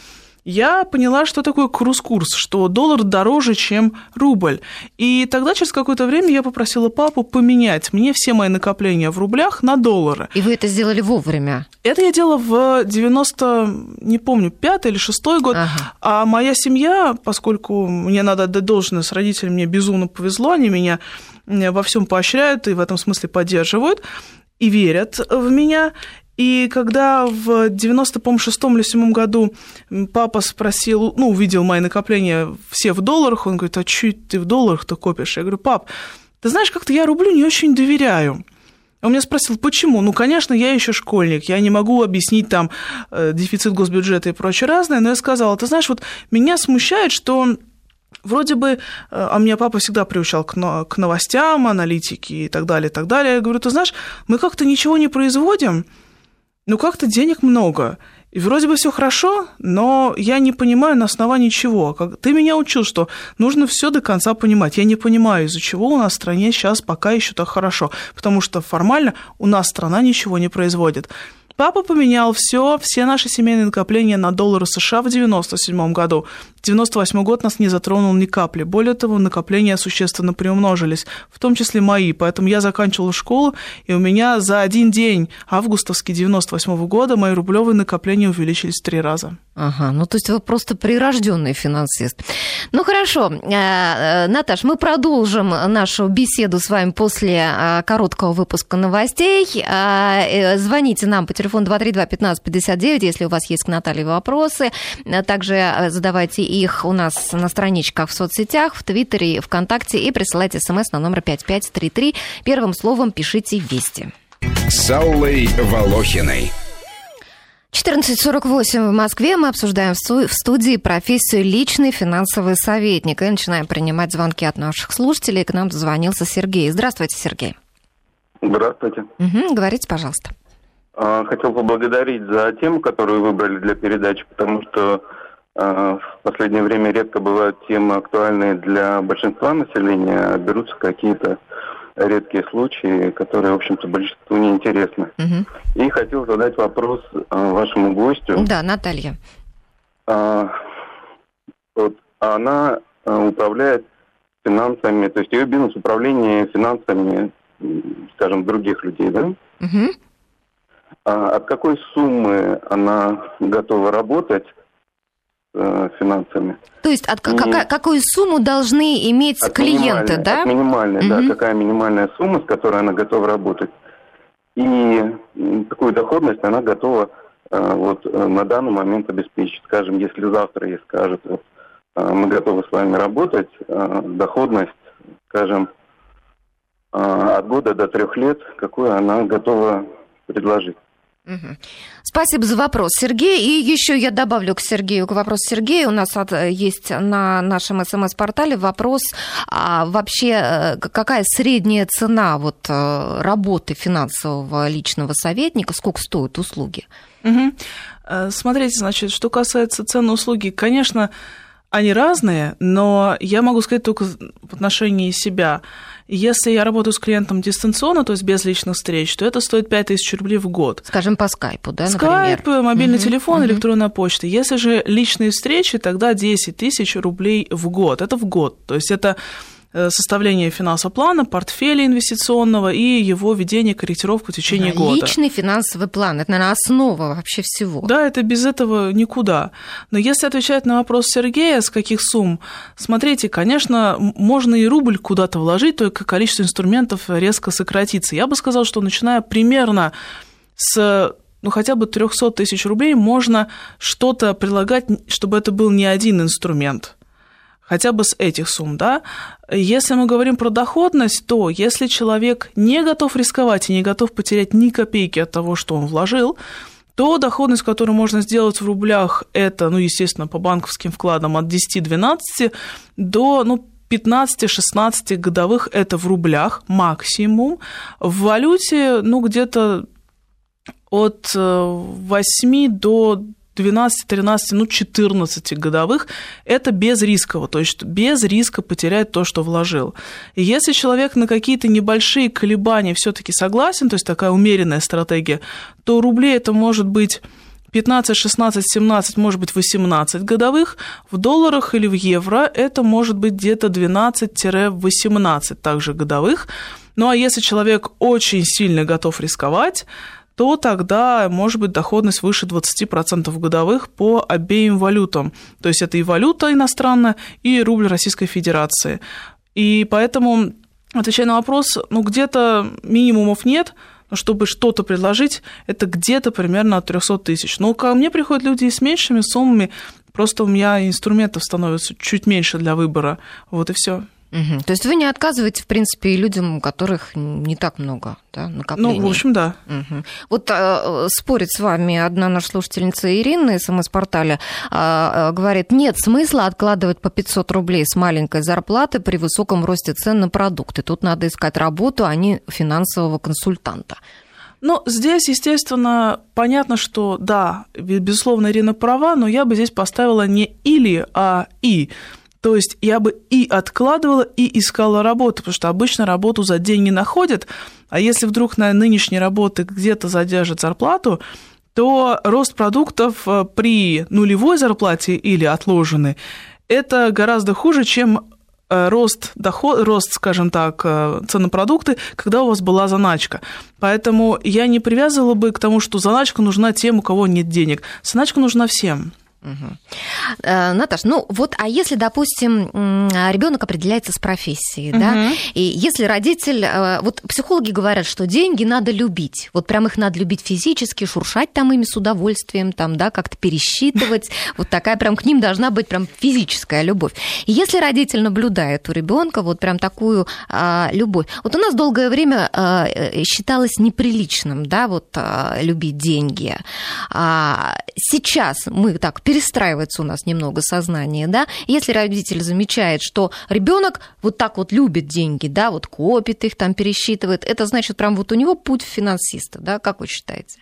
Speaker 2: я поняла, что такое кросс-курс, что доллар дороже, чем рубль. И тогда через какое-то время я попросила папу поменять мне все мои накопления в рублях на доллары.
Speaker 1: И вы это сделали вовремя?
Speaker 2: Это я делала в девяносто, не помню, пятый или шестой год. Ага. А моя семья, поскольку мне надо отдать должное, с родителями мне безумно повезло, они меня во всем поощряют и в этом смысле поддерживают, и верят в меня. И когда в девяносто шестом или седьмом году папа спросил, ну, увидел мои накопления все в долларах, он говорит, а чуть ты в долларах-то копишь? Я говорю, пап, ты знаешь, как-то я рублю не очень доверяю. Он меня спросил, почему? Ну, конечно, я еще школьник, я не могу объяснить там дефицит госбюджета и прочее разное, но я сказала, ты знаешь, вот меня смущает, что... Вроде бы, а меня папа всегда приучал к новостям, аналитике и так далее, и так далее. Я говорю, ты знаешь, мы как-то ничего не производим, ну как-то денег много. И вроде бы все хорошо, но я не понимаю на основании чего. Ты меня учил, что нужно все до конца понимать. Я не понимаю, из-за чего у нас в стране сейчас пока еще так хорошо, потому что формально у нас страна ничего не производит. Папа поменял все, все наши семейные накопления на доллары США в девяносто седьмом году. девяносто восьмой год нас не затронул ни капли. Более того, накопления существенно приумножились, в том числе мои. Поэтому я заканчивала школу, и у меня за один день августовский девяносто восьмого года мои рублевые накопления увеличились в три раза.
Speaker 1: Ага, ну то есть вы просто прирожденный финансист. Ну хорошо, Наташ, мы продолжим нашу беседу с вами после короткого выпуска новостей. Звоните нам по телефону два три два пятнадцать пятьдесят девять, если у вас есть к Наталье вопросы. Также задавайте их у нас на страничках в соцсетях, в Твиттере, ВКонтакте и присылайте смс на номер пять пять три три. Первым словом пишите «Вести».
Speaker 5: С Аллой Волохиной.
Speaker 1: четырнадцать сорок восемь в Москве. Мы обсуждаем в студии профессию личный финансовый советник. И начинаем принимать звонки от наших слушателей. К нам дозвонился Сергей. Здравствуйте, Сергей.
Speaker 6: Здравствуйте.
Speaker 1: Угу, говорите, пожалуйста.
Speaker 6: Хотел поблагодарить за тему, которую вы выбрали для передачи, потому что в последнее время редко бывают темы актуальные для большинства населения, а берутся какие-то редкие случаи, которые, в общем-то, большинству не интересны. Угу. И хотел задать вопрос вашему гостю.
Speaker 1: Да, Наталья.
Speaker 6: А, вот, она управляет финансами, то есть ее бизнес управление финансами, скажем, других людей, да? Угу. А от какой суммы она готова работать э, финансами?
Speaker 1: То есть от, и... какая, какую сумму должны иметь от клиенты, да?
Speaker 6: От минимальной, угу. да, какая минимальная сумма, с которой она готова работать. И какую доходность она готова э, вот, на данный момент обеспечить. Скажем, если завтра ей скажут, вот, э, мы готовы с вами работать, э, доходность, скажем, э, от года до трех лет, какую она готова предложить.
Speaker 1: Угу. Спасибо за вопрос, Сергей. И еще я добавлю к Сергею, к вопросу Сергея. У нас есть на нашем СМС-портале вопрос, а вообще какая средняя цена вот работы финансового личного советника, сколько стоят услуги?
Speaker 2: Угу. Смотрите, значит, что касается цен на услуги, конечно, они разные, но я могу сказать только в отношении себя. Если я работаю с клиентом дистанционно, то есть без личных встреч, то это стоит пять тысяч рублей в год.
Speaker 1: Скажем, по скайпу, да, например?
Speaker 2: Скайп, мобильный угу, телефон, угу. электронная почта. Если же личные встречи, тогда десять тысяч рублей в год. Это в год. То есть это составление финансового плана, портфеля инвестиционного и его ведение, корректировку в течение
Speaker 1: да,
Speaker 2: года.
Speaker 1: Личный финансовый план – это, наверное, основа вообще всего.
Speaker 2: Да, это без этого никуда. Но если отвечать на вопрос Сергея, с каких сумм, смотрите, конечно, можно и рубль куда-то вложить, только количество инструментов резко сократится. Я бы сказала, что начиная примерно с... ну, хотя бы триста тысяч рублей можно что-то прилагать, чтобы это был не один инструмент. Хотя бы с этих сумм, да. Если мы говорим про доходность, то если человек не готов рисковать и не готов потерять ни копейки от того, что он вложил, то доходность, которую можно сделать в рублях, это, ну, естественно, по банковским вкладам от десять-двенадцать до, ну, пятнадцать-шестнадцать годовых, это в рублях максимум. В валюте, ну, где-то от восьми до двенадцать-тринадцать, ну, четырнадцать годовых, это безрисково, то есть без риска потерять то, что вложил. И если человек на какие-то небольшие колебания все-таки согласен, то есть такая умеренная стратегия, то рублей это может быть пятнадцать, шестнадцать, семнадцать, может быть, восемнадцать годовых, в долларах или в евро это может быть где-то двенадцать-восемнадцать также годовых. Ну, а если человек очень сильно готов рисковать, то тогда может быть доходность выше двадцать процентов годовых по обеим валютам. То есть это и валюта иностранная, и рубль Российской Федерации. И поэтому, отвечая на вопрос, ну где-то минимумов нет, но чтобы что-то предложить, это где-то примерно от триста тысяч. Но ко мне приходят люди и с меньшими суммами, просто у меня инструментов становится чуть меньше для выбора. Вот и все.
Speaker 1: Угу. То есть вы не отказываете, в принципе, и людям, у которых не так много, да, накоплений?
Speaker 2: Ну, в общем, да.
Speaker 1: Угу. Вот а, спорит с вами одна наша слушательница Ирина из СМС-порталя, а, говорит, нет смысла откладывать по пятьсот рублей с маленькой зарплаты при высоком росте цен на продукты. Тут надо искать работу, а не финансового консультанта.
Speaker 2: Ну, здесь, естественно, понятно, что, да, безусловно, Ирина права, но я бы здесь поставила не или, а и. То есть я бы и откладывала, и искала работу, потому что обычно работу за деньги находят, а если вдруг на нынешней работе где-то задержат зарплату, то рост продуктов при нулевой зарплате или отложенной – это гораздо хуже, чем рост, доход, рост, скажем так, цен на продукты, когда у вас была заначка. Поэтому я не привязывала бы к тому, что заначка нужна тем, у кого нет денег. Заначка нужна всем.
Speaker 1: Угу. Наташ, ну вот, а если, допустим, ребенок определяется с профессией, угу. да, и если родитель, вот психологи говорят, что деньги надо любить, вот прям их надо любить физически, шуршать там ими с удовольствием, там, да, как-то пересчитывать, вот такая прям к ним должна быть прям физическая любовь. И если родитель наблюдает у ребенка вот прям такую а, любовь, вот у нас долгое время а, считалось неприличным, да, вот а, любить деньги. А, сейчас мы так перестраивается у нас немного сознание, да, если родитель замечает, что ребенок вот так вот любит деньги, да, вот копит их, там пересчитывает, это значит, прям вот у него путь финансиста, да, как вы считаете?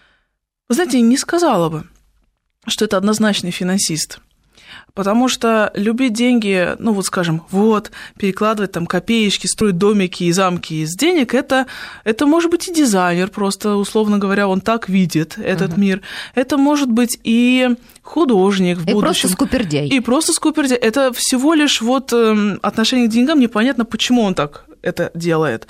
Speaker 2: Вы знаете, не сказала бы, что это однозначный финансист. Потому что любить деньги, ну вот скажем, вот, перекладывать там копеечки, строить домики и замки из денег, это, это может быть и дизайнер, просто, условно говоря, он так видит этот uh-huh. мир. Это может быть и художник в
Speaker 1: и
Speaker 2: будущем.
Speaker 1: И просто скупердяй.
Speaker 2: И просто скупердяй. Это всего лишь вот отношение к деньгам, непонятно, почему он так это делает.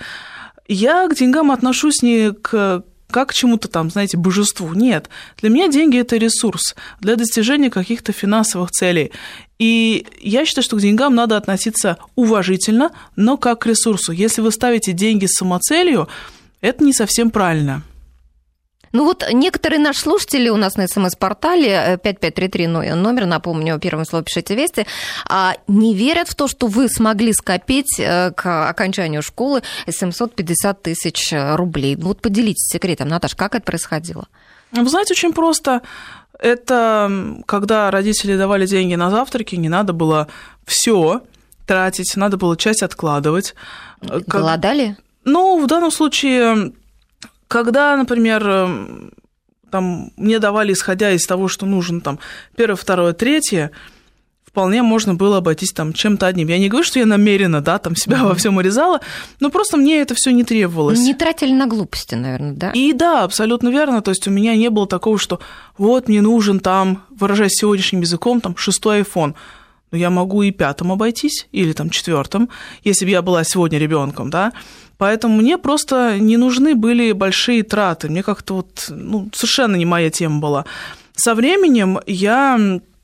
Speaker 2: Я к деньгам отношусь не к... как к чему-то там, знаете, божеству. Нет. Для меня деньги – это ресурс для достижения каких-то финансовых целей. И я считаю, что к деньгам надо относиться уважительно, но как к ресурсу. Если вы ставите деньги с самоцелью, это не совсем правильно.
Speaker 1: Ну вот некоторые наши слушатели у нас на СМС-портале пять пять три три, номер, напомню, первым словом пишите «Вести», не верят в то, что вы смогли скопить к окончанию школы семьсот пятьдесят тысяч рублей. Вот поделитесь секретом, Наташа, как это происходило?
Speaker 2: Вы знаете, очень просто. Это когда родители давали деньги на завтраки, не надо было все тратить, надо было часть откладывать.
Speaker 1: Голодали?
Speaker 2: Ну, в данном случае... Когда, например, там, мне давали, исходя из того, что нужно там, первое, второе, третье, вполне можно было обойтись там, чем-то одним. Я не говорю, что я намеренно да, там, себя mm-hmm. во всем урезала, но просто мне это все не требовалось.
Speaker 1: Не тратили на глупости, наверное, да?
Speaker 2: И да, абсолютно верно. То есть у меня не было такого, что вот мне нужен там, выражаясь сегодняшним языком, там, шестой айфон. Но я могу и пятым обойтись, или там четвертым, если бы я была сегодня ребенком, да. Поэтому мне просто не нужны были большие траты. Мне как-то вот, ну, совершенно не моя тема была. Со временем я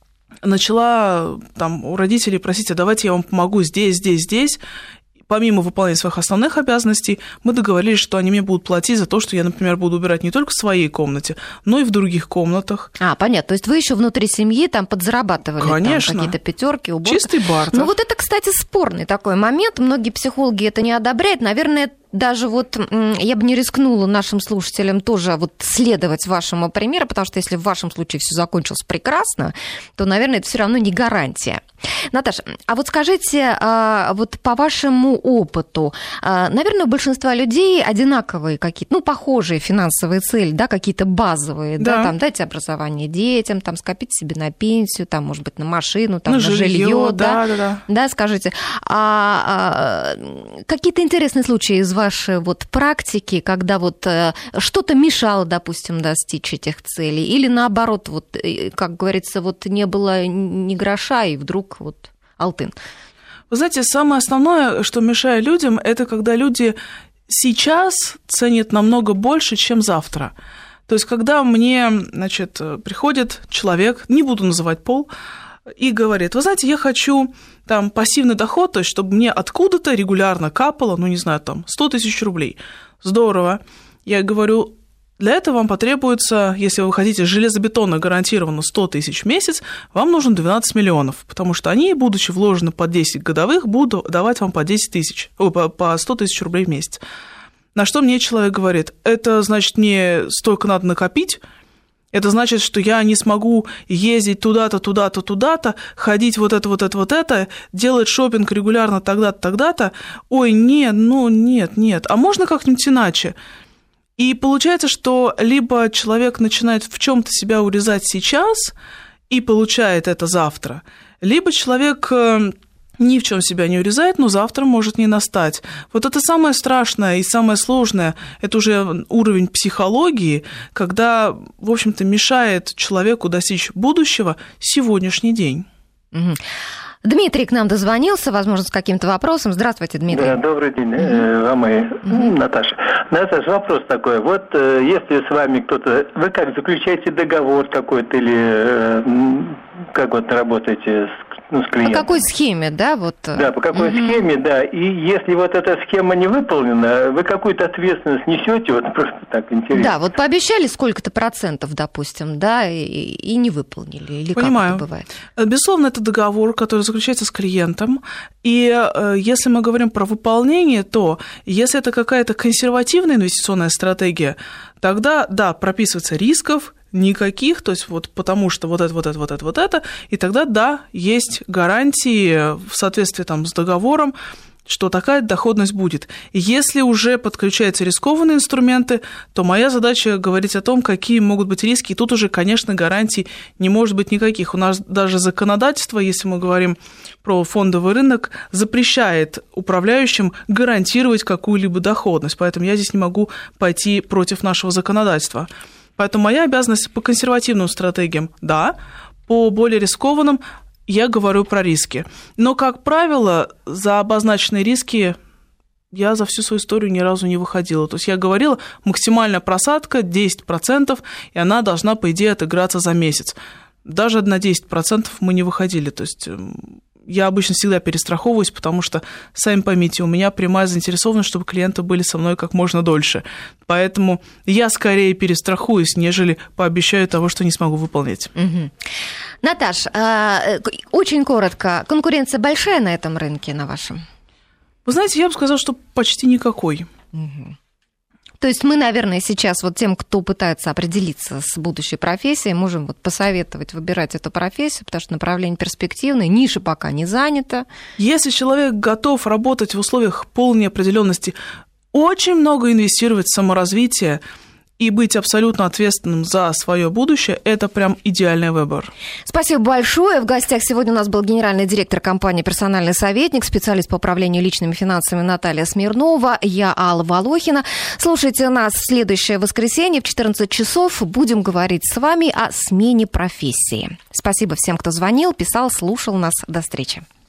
Speaker 2: начала там у родителей просить, а давайте я вам помогу здесь, здесь, здесь. Помимо выполнения своих основных обязанностей, мы договорились, что они мне будут платить за то, что я, например, буду убирать не только в своей комнате, но и в других комнатах.
Speaker 1: А, понятно. То есть вы еще внутри семьи там подзарабатывали.
Speaker 2: Конечно.
Speaker 1: Там какие-то пятерки, уборки.
Speaker 2: Чистый бартер.
Speaker 1: Ну вот это, кстати, спорный такой момент. Многие психологи это не одобряют. Наверное, даже вот я бы не рискнула нашим слушателям тоже вот следовать вашему примеру, потому что если в вашем случае все закончилось прекрасно, то, наверное, это все равно не гарантия. Наташа, а вот скажите, вот по вашему опыту, наверное, у большинства людей одинаковые какие-то, ну, похожие финансовые цели, да, какие-то базовые, да, да там дать образование детям, там скопить себе на пенсию, там, может быть, на машину, там, на, на жилье, жилье да, да, да. Да, скажите, а, а какие-то интересные случаи из вашей вот практики, когда вот что-то мешало, допустим, достичь этих целей, или наоборот, вот, как говорится, вот не было ни гроша, и вдруг вот алтын?
Speaker 2: Вы знаете, самое основное, что мешает людям, это когда люди сейчас ценят намного больше, чем завтра. То есть, когда мне, значит, приходит человек, не буду называть пол, и говорит, вы знаете, я хочу там пассивный доход, то есть, чтобы мне откуда-то регулярно капало, ну, не знаю, там, сто тысяч рублей. Здорово. Я говорю, для этого вам потребуется, если вы хотите железобетонно гарантированно сто тысяч в месяц, вам нужно двенадцать миллионов, потому что они, будучи вложены под десять годовых, будут давать вам по десять тысяч, о, по сто тысяч рублей в месяц. На что мне человек говорит, это значит, мне столько надо накопить, это значит, что я не смогу ездить туда-то, туда-то, туда-то, ходить вот это, вот это, вот это, делать шопинг регулярно тогда-то, тогда-то. Ой, нет, ну нет, нет. А можно как-нибудь иначе? И получается, что либо человек начинает в чем-то себя урезать сейчас и получает это завтра, либо человек ни в чем себя не урезает, но завтра может не настать. Вот это самое страшное и самое сложное, это уже уровень психологии, когда, в общем-то, мешает человеку достичь будущего сегодняшний день.
Speaker 1: Угу. Дмитрий к нам дозвонился, возможно, с каким-то вопросом. Здравствуйте, Дмитрий.
Speaker 7: Да, добрый день, mm-hmm. вам и mm-hmm. Наташа. Наташа, вопрос такой. Вот если с вами кто-то... Вы как, заключаете договор какой-то или как вот работаете с Ну, с клиентом.
Speaker 1: По какой схеме, да? Вот.
Speaker 7: Да, по какой mm-hmm. схеме, да. И если вот эта схема не выполнена, вы какую-то ответственность несете, вот просто так интересно.
Speaker 1: Да, вот пообещали сколько-то процентов, допустим, да, и, и не выполнили. Или
Speaker 2: Понимаю.
Speaker 1: Как это бывает?
Speaker 2: Безусловно, это договор, который заключается с клиентом. И если мы говорим про выполнение, то если это какая-то консервативная инвестиционная стратегия, тогда, да, прописывается рисков, никаких, то есть вот потому что вот это, вот это, вот это, вот это, и тогда, да, есть гарантии в соответствии там с договором, что такая доходность будет. Если уже подключаются рискованные инструменты, то моя задача говорить о том, какие могут быть риски, и тут уже, конечно, гарантий не может быть никаких. У нас даже законодательство, если мы говорим про фондовый рынок, запрещает управляющим гарантировать какую-либо доходность, поэтому я здесь не могу пойти против нашего законодательства. Поэтому моя обязанность по консервативным стратегиям, да, по более рискованным я говорю про риски. Но, как правило, за обозначенные риски я за всю свою историю ни разу не выходила. То есть я говорила, максимальная просадка десять процентов, и она должна, по идее, отыграться за месяц. Даже на десять процентов мы не выходили. То есть я обычно всегда перестраховываюсь, потому что, сами поймите, у меня прямая заинтересованность, чтобы клиенты были со мной как можно дольше. Поэтому я скорее перестрахуюсь, нежели пообещаю того, что не смогу выполнять.
Speaker 1: Угу. Наташ, очень коротко, конкуренция большая на этом рынке, на вашем?
Speaker 2: Вы знаете, я бы сказала, что почти никакой.
Speaker 1: Угу. То есть мы, наверное, сейчас вот тем, кто пытается определиться с будущей профессией, можем вот посоветовать выбирать эту профессию, потому что направление перспективное, ниша пока не занята.
Speaker 2: Если человек готов работать в условиях полной неопределенности, очень много инвестировать в саморазвитие и быть абсолютно ответственным за свое будущее, это прям идеальный выбор.
Speaker 1: Спасибо большое. В гостях сегодня у нас был генеральный директор компании «Персональный советник», специалист по управлению личными финансами Наталья Смирнова, я Алла Волохина. Слушайте нас в следующее воскресенье в четырнадцать часов. Будем говорить с вами о смене профессии. Спасибо всем, кто звонил, писал, слушал нас. До встречи.